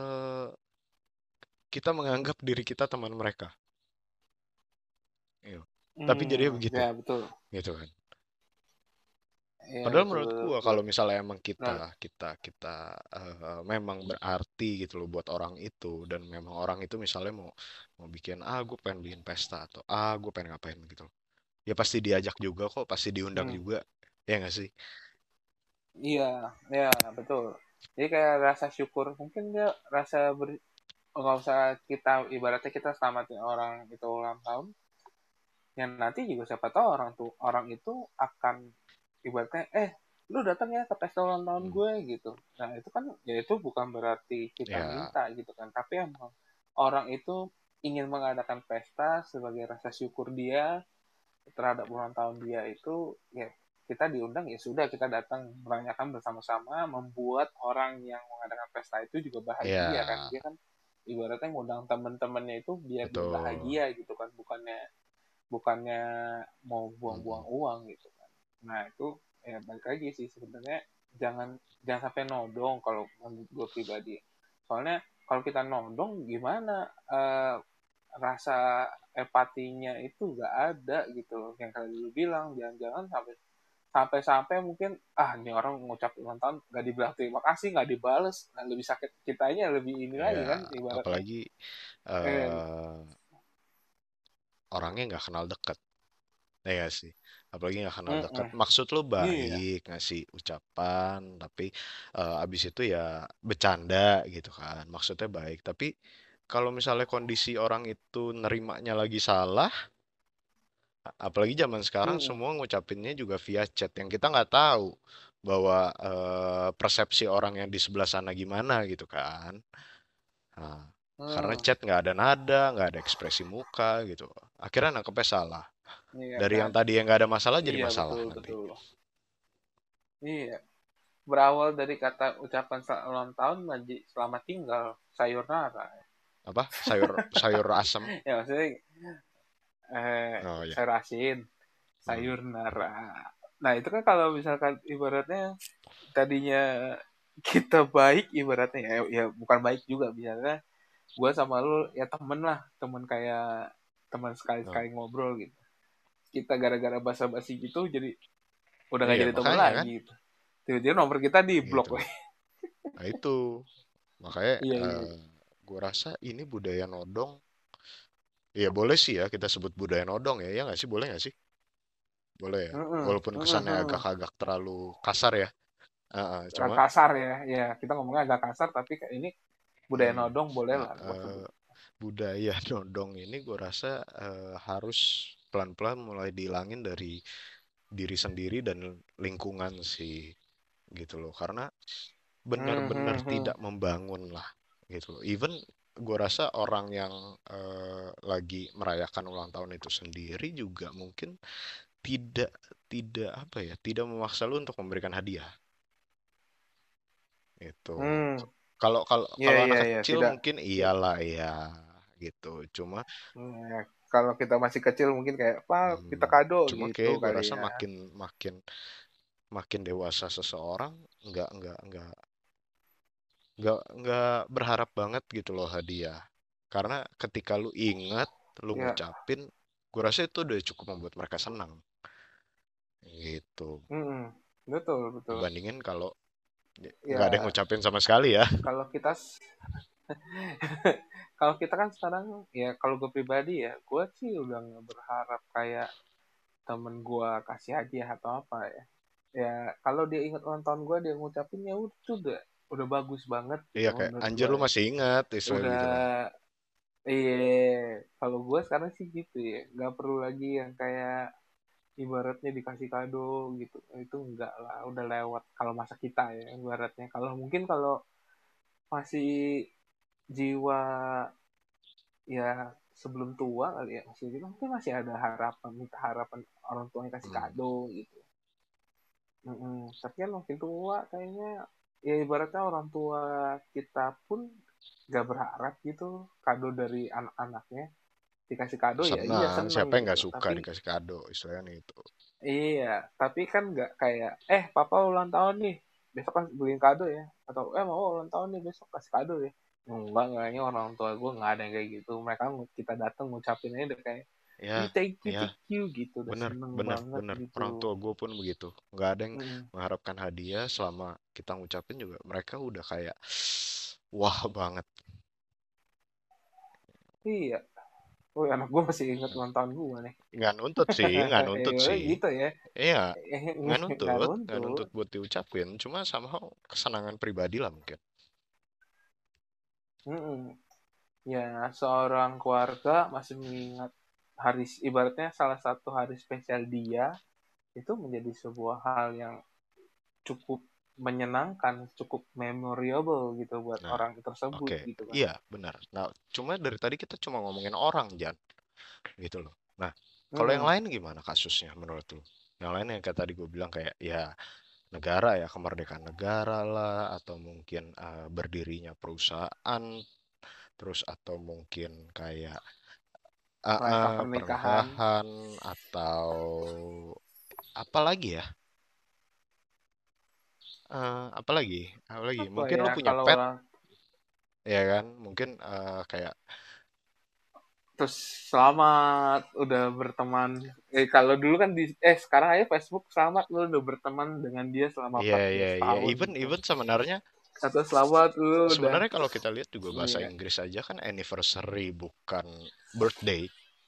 kita menganggap diri kita teman mereka. Iya. Tapi jadinya begitu, ya betul. gitu kan. Iya Padahal betul, menurut betul. gua kalau misalnya emang Nah, kita memang berarti gitu loh buat orang itu, dan memang orang itu misalnya mau mau bikin, gue pengen bikin pesta, atau gue pengen ngapain gitu loh. Ya pasti diajak juga kok, pasti diundang hmm, juga. Ya nggak sih? iya, ya betul. Jadi kayak rasa syukur, mungkin dia rasa nggak usah kita ibaratnya kita selamatin orang itu ulang tahun, yang nanti juga siapa tahu orang itu akan ibaratnya lu datang ya ke pesta ulang tahun Hmm. gue gitu. Nah itu kan ya itu bukan berarti kita Ya, minta gitu kan, tapi emang orang itu ingin mengadakan pesta sebagai rasa syukur dia terhadap ulang tahun dia itu, ya kita diundang ya sudah kita datang merayakan bersama-sama, membuat orang yang mengadakan pesta itu juga bahagia kan, ya, dia kan ibaratnya ngundang temen-temennya itu biar dia betul. bahagia gitu kan, bukannya bukannya mau buang-buang Mm-mm. uang gitu kan. Nah itu ya balik lagi sih sebenarnya, jangan jangan sampai nodong kalau menurut gue pribadi. Soalnya kalau kita nodong gimana rasa empatinya itu nggak ada gitu loh. Yang kali dulu bilang jangan-jangan sampai-sampai mungkin ini orang ngucap ulang tahun nggak dibilang terima kasih, nggak dibales, nah, lebih sakit kitanya, lebih ini lagi Ya, kan ibaratnya. apalagi eh, eh orangnya nggak kenal deket. Ya nggak sih, apalagi nggak kenal mm, dekat. mm, Maksud lo iya. baik ngasih ucapan, tapi abis itu ya bercanda gitu kan. Maksudnya baik, tapi kalau misalnya kondisi orang itu nerimanya lagi salah, apalagi zaman sekarang Mm, semua ngucapinnya juga via chat, yang kita nggak tahu bahwa persepsi orang yang di sebelah sana gimana gitu kan. Nah, karena mm, chat nggak ada nada, nggak ada ekspresi muka gitu. Akhirnya nangkepnya salah. iya Dari yang kan. tadi yang nggak ada masalah jadi Iya masalah betul nanti. betul. Iya. Berawal dari kata ucapan ulang tahun Maji selamat tinggal sayonara. Apa, sayur sayur asem. Ya maksudnya Oh ya. sayur asin, Hmm. sayur nara. Nah itu kan kalau misalkan ibaratnya tadinya kita baik ibaratnya ya bukan baik juga misalnya gue sama lu ya temen lah, temen kayak teman Oh. sekali-sekali ngobrol gitu. Kita gara-gara basa-basi gitu jadi udah gak Iya jadi temen makanya kan, lagi gitu. Tiba-tiba nomor kita di gitu blok. loh. Nah itu makanya Iya iya. gue rasa ini budaya nodong. Iya boleh sih ya kita sebut budaya nodong ya, ya nggak sih, boleh nggak sih? Boleh ya. Heeh, Walaupun heeh, kesannya heeh. agak-agak terlalu kasar ya. Cuma Kasar ya, ya kita ngomongnya agak kasar tapi kayak ini budaya hmm, nodong boleh nah, lah buat sebut. budaya nodong ini gue rasa harus pelan-pelan mulai dihilangin dari diri sendiri dan lingkungan sih, gitu loh, karena Hmm, benar-benar hmm, hmm. tidak membangun lah gitu loh. Even gue rasa orang yang lagi merayakan ulang tahun itu sendiri juga mungkin tidak tidak apa ya, tidak memaksa lu untuk memberikan hadiah itu. Hmm, Kalau kalau iya kalau iya anak iya kecil tidak. mungkin iyalah ya gitu. Cuma Ya, kalau kita masih kecil mungkin kayak apa kita kado cuma gitu kayak gue kali rasa ya. makin makin makin dewasa seseorang nggak berharap banget gitu loh hadiah, karena ketika lu inget lu Ya, ngucapin, gue rasa itu udah cukup membuat mereka senang gitu. mm-mm. Betul, betul. Dibandingin kalau nggak ada yang Ya, ngucapin sama sekali ya. kalau kita kalau kita kan sekarang ya kalau gue pribadi ya, gue sih udah nggak berharap kayak temen gue kasih hadiah atau apa ya. Ya kalau dia ingat ulang tahun gue, dia ngucapin ya udah bagus banget Iya gitu kayak menurut anjir gue lu ya. masih ingat istilah Udah, gitu kan. iya, kalau gue sekarang sih gitu ya, nggak perlu lagi yang kayak ibaratnya dikasih kado gitu, itu enggak lah, udah lewat kalau masa kita ya ibaratnya. Kalau mungkin kalau masih jiwa ya sebelum tua kali ya, masih gitu mungkin masih ada harapan, minta harapan orang tuanya kasih Hmm. kado gitu. Mm-mm. Tapi kan makin tua kayaknya ya ibaratnya orang tua kita pun gak berharap gitu kado dari anak-anaknya, dikasih kado ya iya Senang, seneng siapa yang gitu, nggak suka tapi dikasih kado istilahnya itu. iya, tapi kan nggak kayak papa ulang tahun nih, besok kan beliin kado ya, atau mau ulang tahun nih besok kasih kado ya. Enggak, kayaknya orang tua gue nggak ada yang kayak gitu. Mereka kita datang ngucapin aja udah kayak Ya, ya, thank you gitu, udah bener, seneng bener, banget bener. gitu. Orang tua gue pun begitu. Nggak ada yang Mm. mengharapkan hadiah selama kita ngucapin juga. Mereka udah kayak wah banget. Iya, oh anak gue masih inget ulang tahun gue nih. Nggak nuntut sih, nggak nuntut sih. Gitu ya. Iya, Nggak nggak nuntut. nuntut buat diucapin. Cuma somehow kesenangan pribadi lah mungkin. Mm-mm. Ya, seorang keluarga masih mengingat hari, ibaratnya salah satu hari spesial dia, itu menjadi sebuah hal yang cukup menyenangkan, cukup memorable gitu buat Nah, orang tersebut oke, gitu kan. iya benar. Nah, cuma dari tadi kita cuma ngomongin orang, Jan, gitu loh. Nah, kalau yang Mm-mm. lain gimana kasusnya menurut lu? Yang lain yang kayak tadi gue bilang kayak ya negara ya kemerdekaan negara lah atau mungkin berdirinya perusahaan terus atau mungkin kayak Mereka pernikahan, pernikahan atau apa lagi ya. Apa lagi apa mungkin ya lu punya kalau pet orang ya kan mungkin kayak terus selamat udah berteman, kalau dulu kan sekarang aja Facebook selamat lu udah berteman dengan dia selama iya iya 14 iya tahun even gitu, even sebenarnya atau selamat lu udah sebenarnya kalau kita lihat juga bahasa iya. Inggris aja kan anniversary bukan birthday.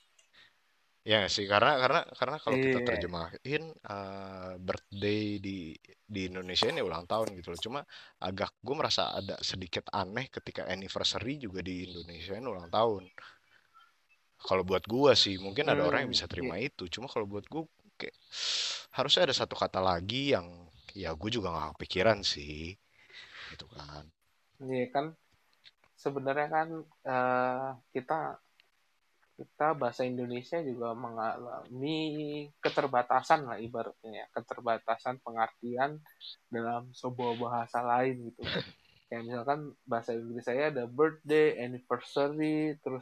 Ya nggak sih karena kalau kita Iya. terjemahin birthday di Indonesia ini ulang tahun gitu loh. Cuma agak gue merasa ada sedikit aneh ketika anniversary juga di Indonesia ini ulang tahun. Kalau buat gue sih mungkin ada orang yang bisa Iya. terima itu. Cuma kalau buat gue kayak harusnya ada satu kata lagi yang ya gue juga nggak kepikiran sih gitu kan. Iya kan sebenarnya kan eh, kita kita bahasa Indonesia juga mengalami keterbatasan lah ibaratnya ya, keterbatasan pengertian dalam sebuah bahasa lain gitu. Kayak misalkan bahasa Inggris saya ada birthday, anniversary, terus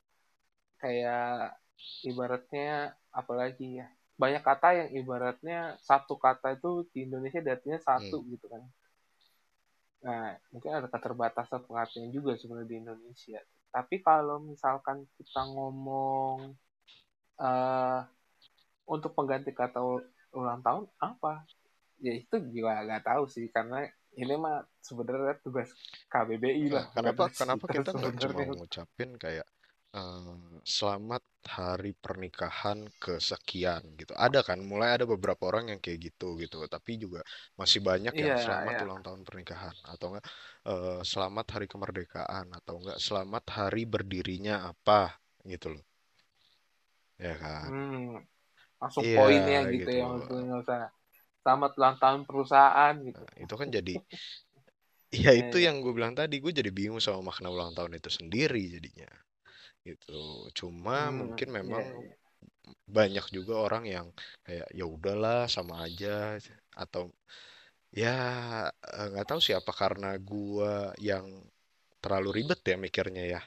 kayak ibaratnya apalagi ya, banyak kata yang ibaratnya satu kata itu di Indonesia artinya Hmm. satu gitu kan. Nah, mungkin ada keterbatasan pengertian juga sebenarnya di Indonesia. Tapi kalau misalkan kita ngomong eh untuk pengganti kata ulang tahun apa? Ya itu juga nggak tahu sih, karena ini mah sebenarnya tugas KBBI lah, bukan Kenapa tugas kenapa kita kita nggak cuma sebenarnya. ngucapin kayak selamat hari pernikahan kesekian gitu. Ada kan, mulai ada beberapa orang yang kayak gitu gitu. Tapi juga masih banyak yang Iya, selamat ya. ulang tahun pernikahan atau enggak selamat hari kemerdekaan atau enggak selamat hari berdirinya apa gitu loh. Ya kan? Hmm, langsung Iya poinnya gitu gitu. ya, maksudnya nggak usah selamat ulang tahun perusahaan gitu. Nah, itu kan jadi ya Iya, itu iya. yang gue bilang tadi, gue jadi bingung sama makna ulang tahun itu sendiri jadinya gitu. Cuma Hmm, mungkin iya, memang iya. banyak juga orang yang kayak ya udahlah sama aja atau ya nggak tahu sih apa karena gua yang terlalu ribet ya mikirnya ya.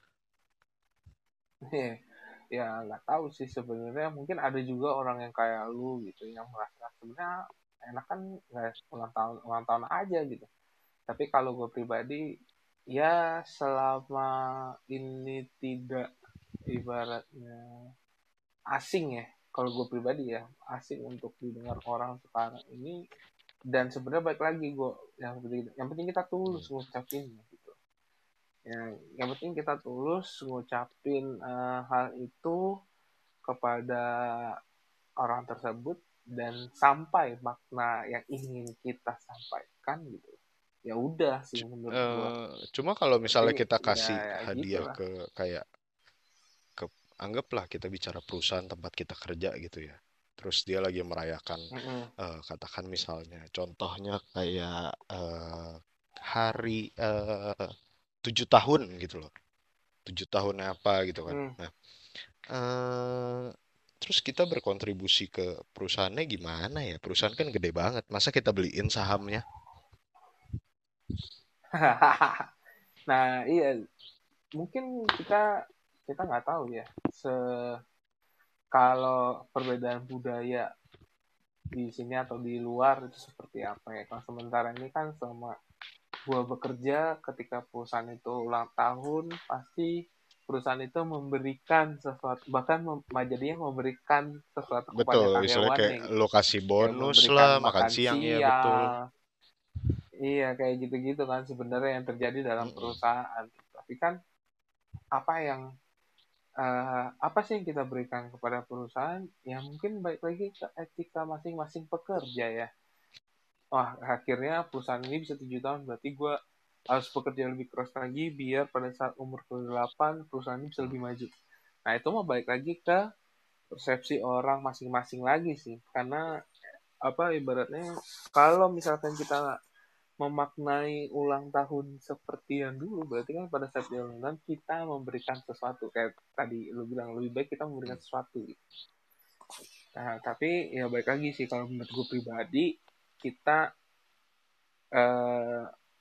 Iya. Ya nggak tahu sih sebenarnya, mungkin ada juga orang yang kayak lu gitu yang merasa sebenarnya enak kan nggak ulang tahun aja gitu. Tapi kalau gue pribadi, ya selama ini tidak ibaratnya asing ya. Kalau gue pribadi ya, asing untuk didengar orang sekarang ini. Dan sebenarnya baik lagi gue, yang penting kita tulus Hmm. ngucapinnya gitu. Yang penting kita tulus ngucapin hal itu kepada orang tersebut dan sampai makna yang ingin kita sampaikan gitu. Ya udah sih menurut gue. Cuma kalau misalnya Penting kita ya, kasih ya hadiah gitulah. ke kayak ke anggaplah kita bicara perusahaan tempat kita kerja gitu ya. Terus dia lagi merayakan Mm-mm. katakan misalnya contohnya kayak hari 7 tahun gitu loh. 7 tahun apa gitu kan. Mm. Nah, eh terus kita berkontribusi ke perusahaannya gimana ya? Perusahaan kan gede banget. Masa kita beliin sahamnya? Nah iya, mungkin kita kita nggak tahu ya kalau perbedaan budaya di sini atau di luar itu seperti apa ya. Kalau sementara ini kan selama gua bekerja, ketika perusahaan itu ulang tahun pasti perusahaan itu memberikan sesuatu, bahkan jadinya memberikan sesuatu kepada Betul, misalnya kayak karyawannya gitu, lo kasih kayak bonus lah, memberikan makan makan siang ya betul. siang. Iya, kayak gitu-gitu kan sebenarnya yang terjadi dalam Mm-mm. perusahaan. Tapi kan apa yang apa sih yang kita berikan kepada perusahaan? Ya mungkin baik lagi ke etika masing-masing pekerja ya. Wah, akhirnya perusahaan ini bisa 7 tahun, berarti gue harus bekerja lebih keras lagi biar pada saat umur ke-8 perusahaan ini bisa lebih maju. Nah, itu mah balik lagi ke persepsi orang masing-masing lagi sih. Karena apa ibaratnya kalau misalkan kita memaknai ulang tahun seperti yang dulu, berarti kan pada saat di ulang tahun kita memberikan sesuatu kayak tadi lu bilang lebih baik kita memberikan sesuatu. Nah, tapi ya baik lagi sih kalau menurut gue pribadi kita eh,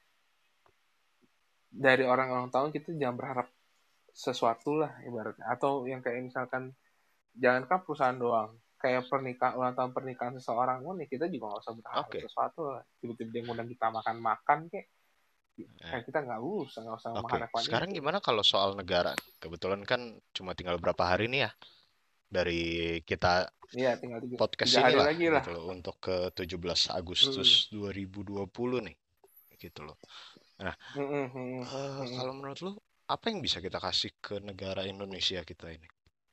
dari orang ulang tahun kita jangan berharap sesuatu lah ibaratnya, atau yang kayak misalkan jangankan perusahaan doang, kayak pernikahan, ulang tahun pernikahan seseorang pun ya kita juga nggak usah berharap Oke, sesuatu lah. Tiba-tiba dia ngundang kita makan-makan eh, kayak kita nggak usah oke. mengharapkan Sekarang itu. gimana kalau soal negara? Kebetulan kan cuma tinggal berapa hari nih ya dari kita Iya, tinggal tiga, podcast tiga hari inilah lagi lah. gitu loh untuk ke 17 Agustus Hmm. 2020 nih gitu loh. Nah, Hmm, hmm, hmm. kalau menurut lu apa yang bisa kita kasih ke negara Indonesia kita ini?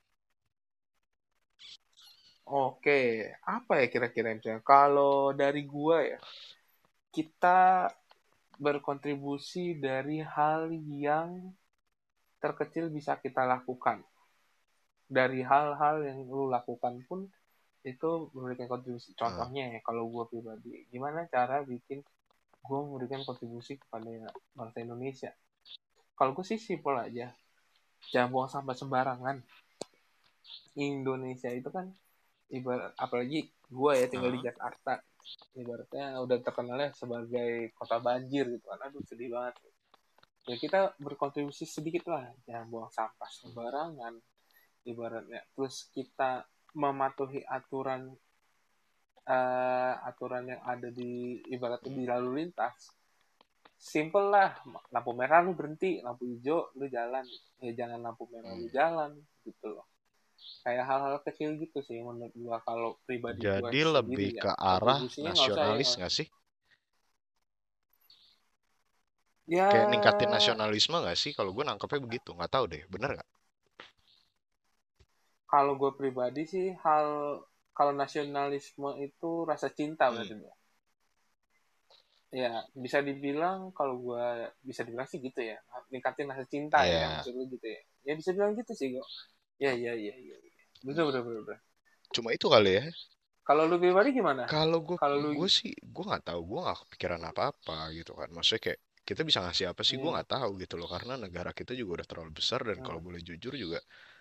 Oke, apa ya kira-kira misalnya kalau dari gua ya, kita berkontribusi dari hal yang terkecil bisa kita lakukan. Dari hal-hal yang lu lakukan pun itu memberikan kontribusi. Eh, Contohnya ya, kalau gue pribadi, gimana cara bikin gue memberikan kontribusi kepada bangsa Indonesia? Kalau gue sih simpel aja, jangan buang sampah sembarangan. Indonesia itu kan ibarat, apalagi gue ya tinggal di eh, Jakarta, ibaratnya udah terkenalnya sebagai kota banjir gitu kan, aduh sedih banget. Ya kita berkontribusi sedikit lah, jangan buang sampah sembarangan ibaratnya. Terus kita mematuhi aturan yang ada di ibaratnya di lalu lintas. Simple lah, lampu merah lu berhenti, lampu hijau lu jalan, ya jangan lampu merah lu hmm. jalan gitu loh. Kayak hal-hal kecil gitu sih menurut gua, kalau pribadi gua Jadi sendiri lebih ya, ke arah kontribusinya nggak usah yang nasionalis nggak sih? Kayak ningkatin ya. nasionalisme nggak sih? Kalau gue nangkepnya begitu, nggak tahu deh, bener nggak? Kalau gue pribadi sih, kalau nasionalisme itu rasa cinta Hmm. berarti ya. Ya bisa dibilang, kalau gue bisa dibilang sih gitu ya, ningkatin rasa cinta ya Ya, maksud lu gitu ya. Ya bisa bilang gitu sih kok. Ya, ya, ya, ya, ya. Betul, betul, betul, betul. cuma itu kali ya. Kalau lu pribadi gimana? Kalau gue Kalau lu. gue sih gue nggak tahu, gue nggak kepikiran apa-apa gitu kan. Maksudnya kayak kita bisa ngasih apa sih? Gue Hmm, nggak tahu gitu loh, karena negara kita juga udah terlalu besar dan kalau hmm, boleh jujur juga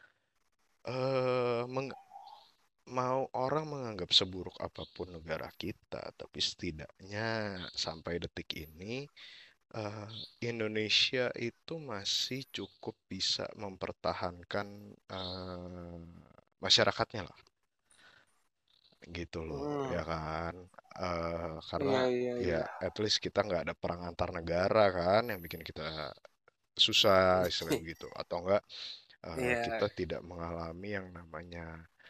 eh mau orang menganggap seburuk apapun negara kita, tapi setidaknya sampai detik ini eh, Indonesia itu masih cukup bisa mempertahankan masyarakatnya lah, gitu loh, hmm. ya kan? Karena Iya, iya, ya iya. at least kita nggak ada perang antar negara kan, yang bikin kita susah istilah begitu, atau enggak Iya. Kita tidak mengalami yang namanya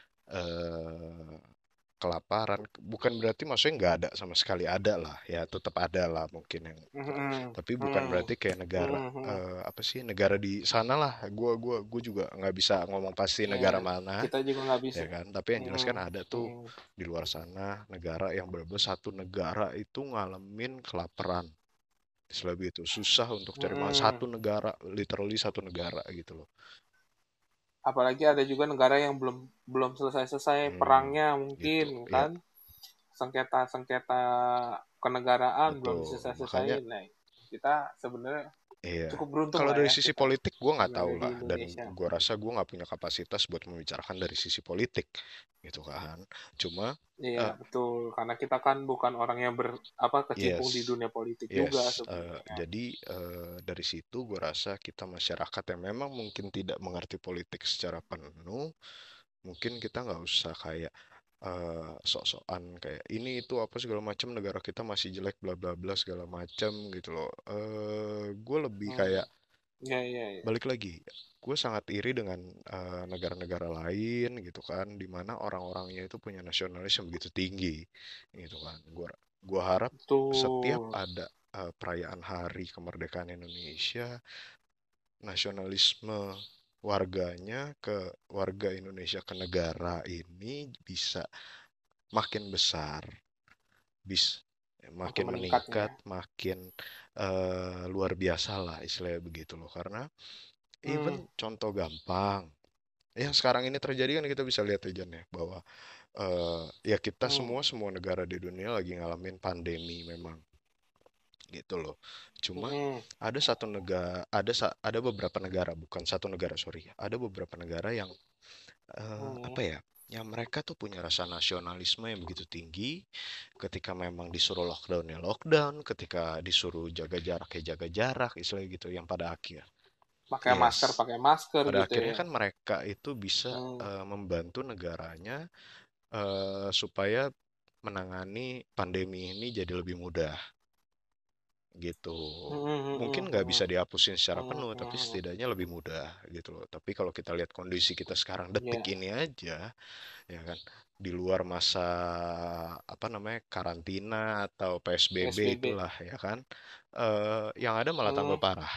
eh, kelaparan. Bukan berarti maksudnya nggak ada sama sekali, ada lah ya, tetap ada lah mungkin yang Mhm, tapi bukan mhm, berarti kayak negara mhm. apa sih negara di sana lah. Gua juga nggak bisa ngomong pasti Iya, negara mana kita juga nggak bisa. ya kan. Tapi yang jelas Mhm, kan ada tuh mhm, di luar sana negara yang berbeda, satu negara itu ngalamin kelaparan. Istilah begitu, susah untuk cari makan. mhm. Satu negara, literally satu negara gitu loh. Apalagi ada juga negara yang belum belum selesai-selesai Hmm, perangnya gitu mungkin ya, kan, sengketa-sengketa kenegaraan belum betul. Makanya diselesai-selesaiin. Nah, kita sebenarnya iya, cukup beruntung kalau lah dari ya sisi kita politik gue nggak berada tahu di lah, dan Indonesia. gue rasa gue nggak punya kapasitas buat membicarakan dari sisi politik, gitu kan. Cuma, Iya, eh, betul. Karena kita kan bukan orang yang kecimpung di yes, dunia politik juga yes. sebenarnya. Jadi dari situ gue rasa kita masyarakat yang memang mungkin tidak mengerti politik secara penuh, mungkin kita nggak usah kayak sok-sokan kayak ini itu apa segala macam negara kita masih jelek bla bla bla segala macam gitu loh. Gue lebih Hmm. kayak Iya, iya, iya. balik lagi, gue sangat iri dengan negara-negara lain gitu kan, di mana orang-orangnya itu punya nasionalis yang begitu tinggi gitu kan. Gua harap setiap Betul. ada perayaan hari kemerdekaan Indonesia, nasionalisme warganya ke warga Indonesia ke negara ini bisa makin besar, bis Makin makin meningkatnya meningkat, ya. makin luar biasa lah istilahnya begitu loh. Karena even Hmm. contoh gampang yang sekarang ini terjadi kan kita bisa lihat aja nih bahwa ya kita Hmm. semua negara di dunia lagi ngalamin pandemi memang gitu loh. Cuma Hmm. ada satu negara, ada beberapa negara, bukan satu negara, sorry, ada beberapa negara yang Hmm. apa ya? Ya mereka tuh punya rasa nasionalisme yang begitu tinggi. Ketika memang disuruh lockdown ya lockdown, ketika disuruh jaga jarak ya jaga jarak, istilah gitu. Yang pada akhir, yes, Pakai masker pada gitu akhirnya ya. kan mereka itu bisa Hmm. membantu negaranya supaya menangani pandemi ini jadi lebih mudah gitu. Hmm. Hmm. Mungkin Hmm. nggak bisa Hmm. dihapusin secara Hmm. penuh, tapi Hmm. Hmm. setidaknya lebih mudah gitu loh. Tapi kalau kita lihat kondisi kita sekarang detik Ya, ini aja, ya kan, di luar masa apa namanya karantina atau PSBB PSBB. itulah ya kan, yang ada malah tambah Hmm. parah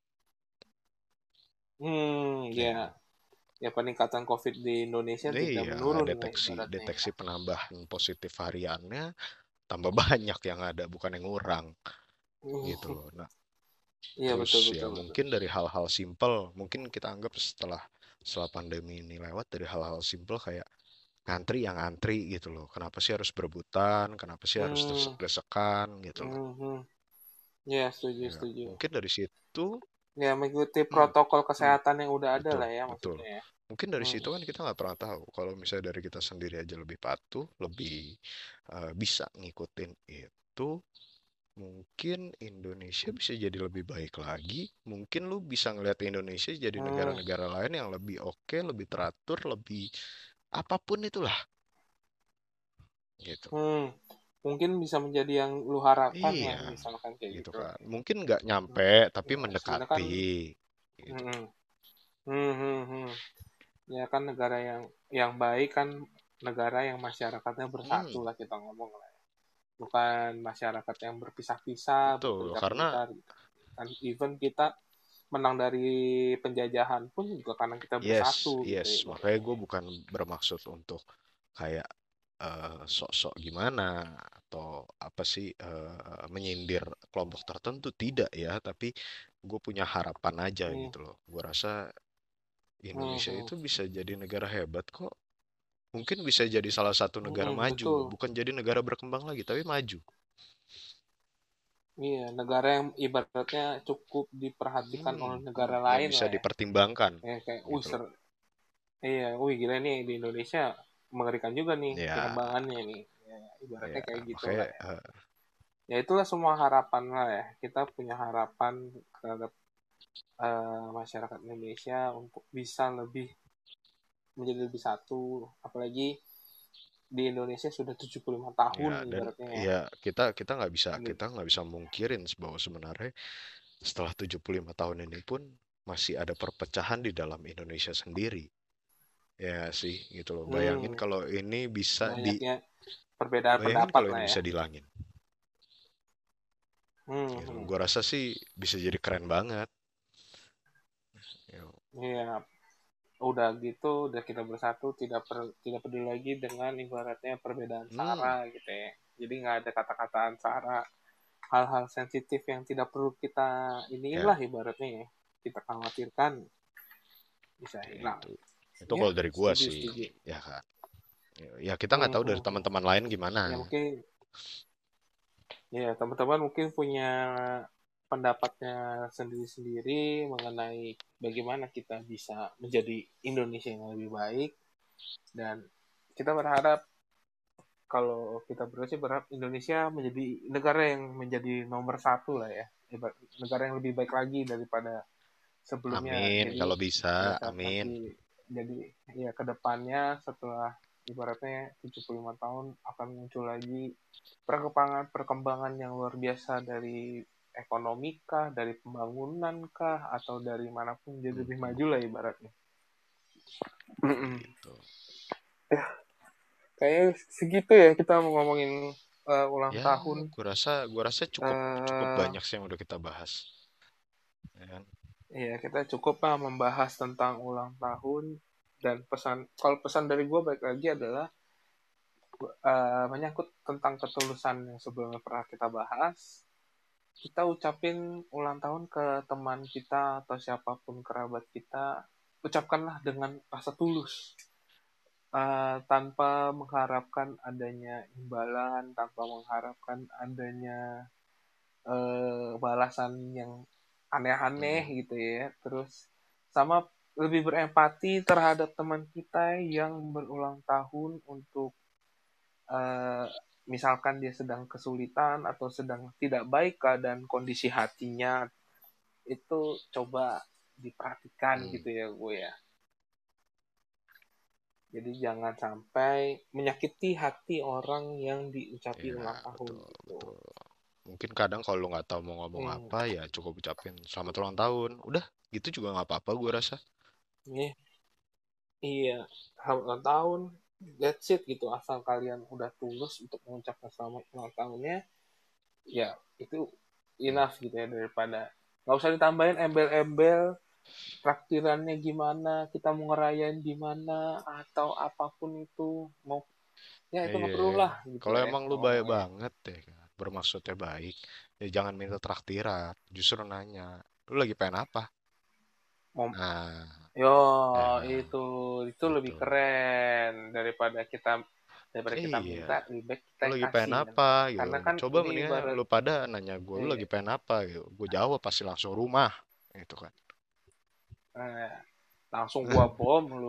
Ya. gitu. Ya peningkatan COVID di Indonesia tidak Iya, menurun lah deteksi ibaratnya deteksi ya. penambahan positif hariannya tambah banyak yang ada, bukan yang ngurang gitu Hmm. loh. Nah, Iya, terus betul, ya betul, betul. mungkin dari hal-hal simpel, mungkin kita anggap setelah pandemi ini lewat, dari hal-hal simpel kayak ngantri yang ngantri gitu loh. Kenapa sih harus berebutan? Kenapa sih harus Hmm. desek-desekan gitu loh. Hmm. Hmm. Ya, setuju, Ya, setuju. mungkin dari situ, Ya, mengikuti hmm, protokol hmm, kesehatan yang udah ada betul, lah ya betul. maksudnya ya. Mungkin dari Hmm. situ kan kita nggak pernah tahu. Kalau misalnya dari kita sendiri aja lebih patuh, lebih bisa ngikutin itu, mungkin Indonesia bisa jadi lebih baik lagi. Mungkin lu bisa ngeliat Indonesia jadi Hmm. negara-negara lain yang lebih oke, lebih teratur, lebih apapun itulah gitu. Hmm. Mungkin bisa menjadi yang lu harapkan ya, Iya, misalkan kayak gitu gitu. kan. Mungkin nggak nyampe, tapi Ya, sebenarnya kan mendekati. Gitu. hmm. Hmm. Hmm. Hmm. Ya kan negara yang baik kan negara yang masyarakatnya bersatu Hmm, lah kita ngomong lah. Bukan masyarakat yang berpisah-pisah, betul. Karena berpencar-pencar gitu. Kan even kita menang dari penjajahan pun juga karena kita yes, bersatu gitu yes. ya Makanya ibaratnya. gue bukan bermaksud untuk kayak sok-sok gimana atau apa sih menyindir kelompok tertentu, tidak ya. Tapi gue punya harapan aja Hmm. gitu loh. Gue rasa Hmm. Indonesia Hmm. itu bisa jadi negara hebat kok. Mungkin bisa jadi salah satu negara Hmm. maju, Betul. bukan jadi negara berkembang lagi, tapi maju. Iya, negara yang ibaratnya cukup diperhatikan oleh negara Yang lain bisa lah ya. dipertimbangkan Kayak, gitu loh. iya, wih gila nih di Indonesia mengerikan juga nih Ya, pengembangannya nih. Ya, ibaratnya ya kayak makanya gitulah ya. Ya itulah semua harapan lah ya. Kita punya harapan terhadap masyarakat Indonesia untuk bisa lebih menjadi lebih satu. Apalagi di Indonesia sudah 75 tahun ya dan ibaratnya ya. ya kita Ini, nggak bisa mungkirin bahwa sebenarnya setelah 75 tahun ini pun masih ada perpecahan di dalam Indonesia sendiri. Ya sih, gitu loh. Hmm, banyaknya perbedaan Bayangin pendapat kalau lah ini ya. bisa dihilangin. Gitu. Hmm. Gua rasa sih bisa jadi keren banget. Ya. Iya, udah gitu, udah kita bersatu, tidak peduli lagi dengan ibaratnya perbedaan Hmm, sara gitu ya. Jadi nggak ada kata-kataan sara, hal-hal sensitif yang tidak perlu kita iniin ya lah ibaratnya ya. Kita khawatirkan bisa hilang. itu. Itu Ya, kalau dari gua setuju, sih, setuju. ya kan. Ya kita nggak tahu dari Hmm. teman-teman lain Ya gimana. mungkin, ya teman-teman mungkin punya pendapatnya sendiri-sendiri mengenai bagaimana kita bisa menjadi Indonesia yang lebih baik dan kita berharap kalau kita berdua sih berharap Indonesia menjadi negara yang menjadi nomor satu lah ya. Negara yang lebih baik lagi daripada sebelumnya. Amin, Jadi kalau bisa, pada saat amin. nanti jadi ya kedepannya setelah ibaratnya 75 tahun akan muncul lagi perkembangan yang luar biasa dari ekonomi kah, dari pembangunan kah, atau dari manapun jadi lebih Mhm, maju lah ibaratnya. gitu. Kayaknya segitu ya kita mau ngomongin ulang Ya, tahun. gua rasa cukup cukup eh banyak sih yang udah kita bahas, ya kan? ya kita cukup lah membahas tentang ulang tahun dan pesan. Kalau pesan dari gue baik lagi adalah menyangkut tentang ketulusan yang sebelumnya pernah kita bahas. Kita ucapin ulang tahun ke teman kita atau siapapun kerabat kita, ucapkanlah dengan rasa tulus. Tanpa mengharapkan adanya imbalan, tanpa mengharapkan adanya balasan yang aneh-aneh Hmm, gitu ya. Terus sama lebih berempati terhadap teman kita yang berulang tahun untuk eh, misalkan dia sedang kesulitan atau sedang tidak baik keadaan kondisi hatinya, itu coba diperhatikan hmm, gitu ya gue ya. Jadi jangan sampai menyakiti hati orang yang diucapi ya ulang tahun betul gitu. betul. Mungkin kadang kalau lu nggak tahu mau ngomong Hmm. apa ya cukup ucapin selamat ulang tahun. Udah, gitu juga nggak apa-apa gua rasa. Iya, iya, selamat ulang tahun, that's it gitu. Asal kalian udah tulus untuk mengucapkan selamat ulang tahunnya, ya itu Hmm, enough gitu ya daripada nggak usah ditambahin embel-embel traktirannya gimana, kita mau ngerayain gimana atau apapun itu mau ya itu nggak iya. perlu lah gitu Kalau lah ya emang kita lu baik ngomongnya. banget ya kan, bermaksudnya baik, ya jangan minta traktiran, justru nanya, lu lagi pengen apa? Mau Nah, yo ya kan, itu lebih gitu. keren daripada kita Iya, minta lebih baik kita lu yang lagi pengen kasih kan apa gitu. karena kan Coba ini mendingan ibarat lu pada nanya gue, lu lagi eh, pengen apa gitu. Gue jawab pasti langsung rumah, gitu kan. eh, langsung gua bom lu.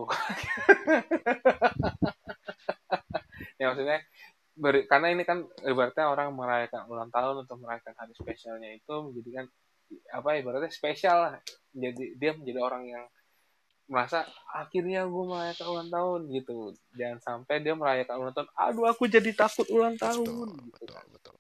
Ya maksudnya karena ini kan ibaratnya orang merayakan ulang tahun untuk merayakan hari spesialnya itu menjadikan apa ibaratnya spesial lah. Jadi dia menjadi orang yang merasa akhirnya gue merayakan ulang tahun gitu. Jangan sampai dia merayakan ulang tahun, aduh aku jadi takut ulang Betul, tahun gitu betul, kan. betul.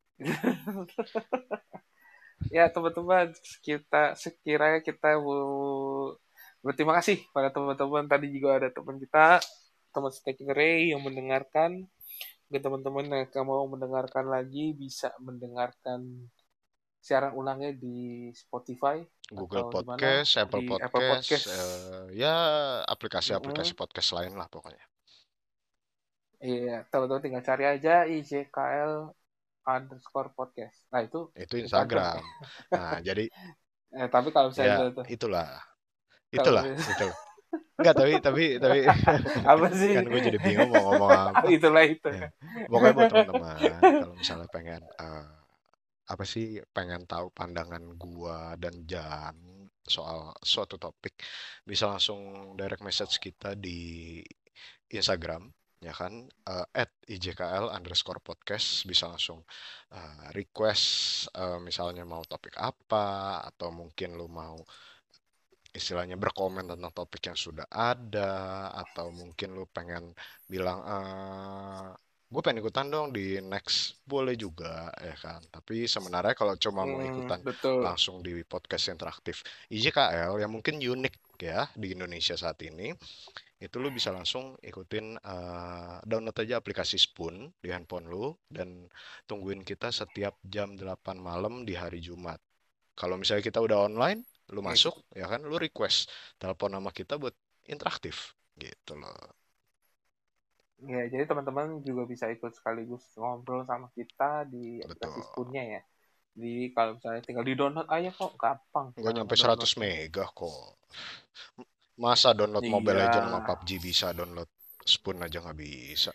Ya teman-teman kita sekiranya kita berterima kasih pada teman-teman tadi juga ada teman kita teman Stacking Ray yang mendengarkan. Mungkin teman-teman yang mau mendengarkan lagi bisa mendengarkan siaran ulangnya di Spotify Google atau di mana Podcast, Apple di Apple Podcast, Podcast. ya Mm-mm. aplikasi-aplikasi podcast lain lah pokoknya. Iya, teman-teman tinggal cari aja IJKL underscore podcast. Nah itu Itu Instagram ya. Instagram. Nah, jadi Tapi kalau misalnya ya itu itulah, kalau itulah. Enggak, tapi apa sih? kan gue jadi bingung mau ngomong apa. Itulah itu. Ya, pokoknya buat teman-teman, kalau misalnya pengen apa sih, pengen tahu pandangan gua dan Jan soal suatu topik, bisa langsung direct message kita di Instagram, ya kan, @ijkl_podcast, bisa langsung request, misalnya mau topik apa, atau mungkin lu mau istilahnya berkomen tentang topik yang sudah ada, atau mungkin lu pengen bilang gue pengen ikutan dong di next, boleh juga ya kan. Tapi sebenarnya kalau cuma mau ikutan Betul. langsung di podcast interaktif IJKL yang mungkin unik ya di Indonesia saat ini, itu lu bisa langsung ikutin, download aja aplikasi Spoon di handphone lu dan tungguin kita setiap jam 8 malam di hari Jumat. Kalau misalnya kita udah online, lu Ya, masuk ya kan, lu request telepon nama kita buat interaktif gitu loh. ya, jadi teman-teman juga bisa ikut sekaligus ngobrol sama kita di aplikasi Betul. Spoonnya ya. Di kalau misalnya tinggal di download aja kok, gampang Nggak cara nyampe 100 ngedownloadnya. mega kok. Masa download Mobile Iya, Legends sama PUBG bisa, download Spoon aja nggak bisa.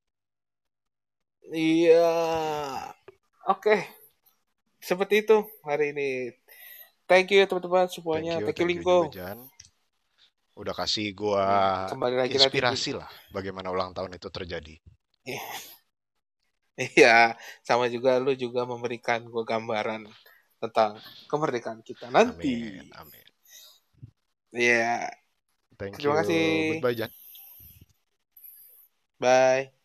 iya. Oke, seperti itu hari ini. Thank you teman-teman semuanya. Thank you Thank you Lingko. juga Jan. Udah kasih gua Kembali lagi nanti. inspirasi lah bagaimana ulang tahun itu terjadi. Iya, sama juga lu juga memberikan gue gambaran tentang kemerdekaan kita nanti. Amin, amin. Iya, Thank terima kasih. you. Goodbye Jan. Bye.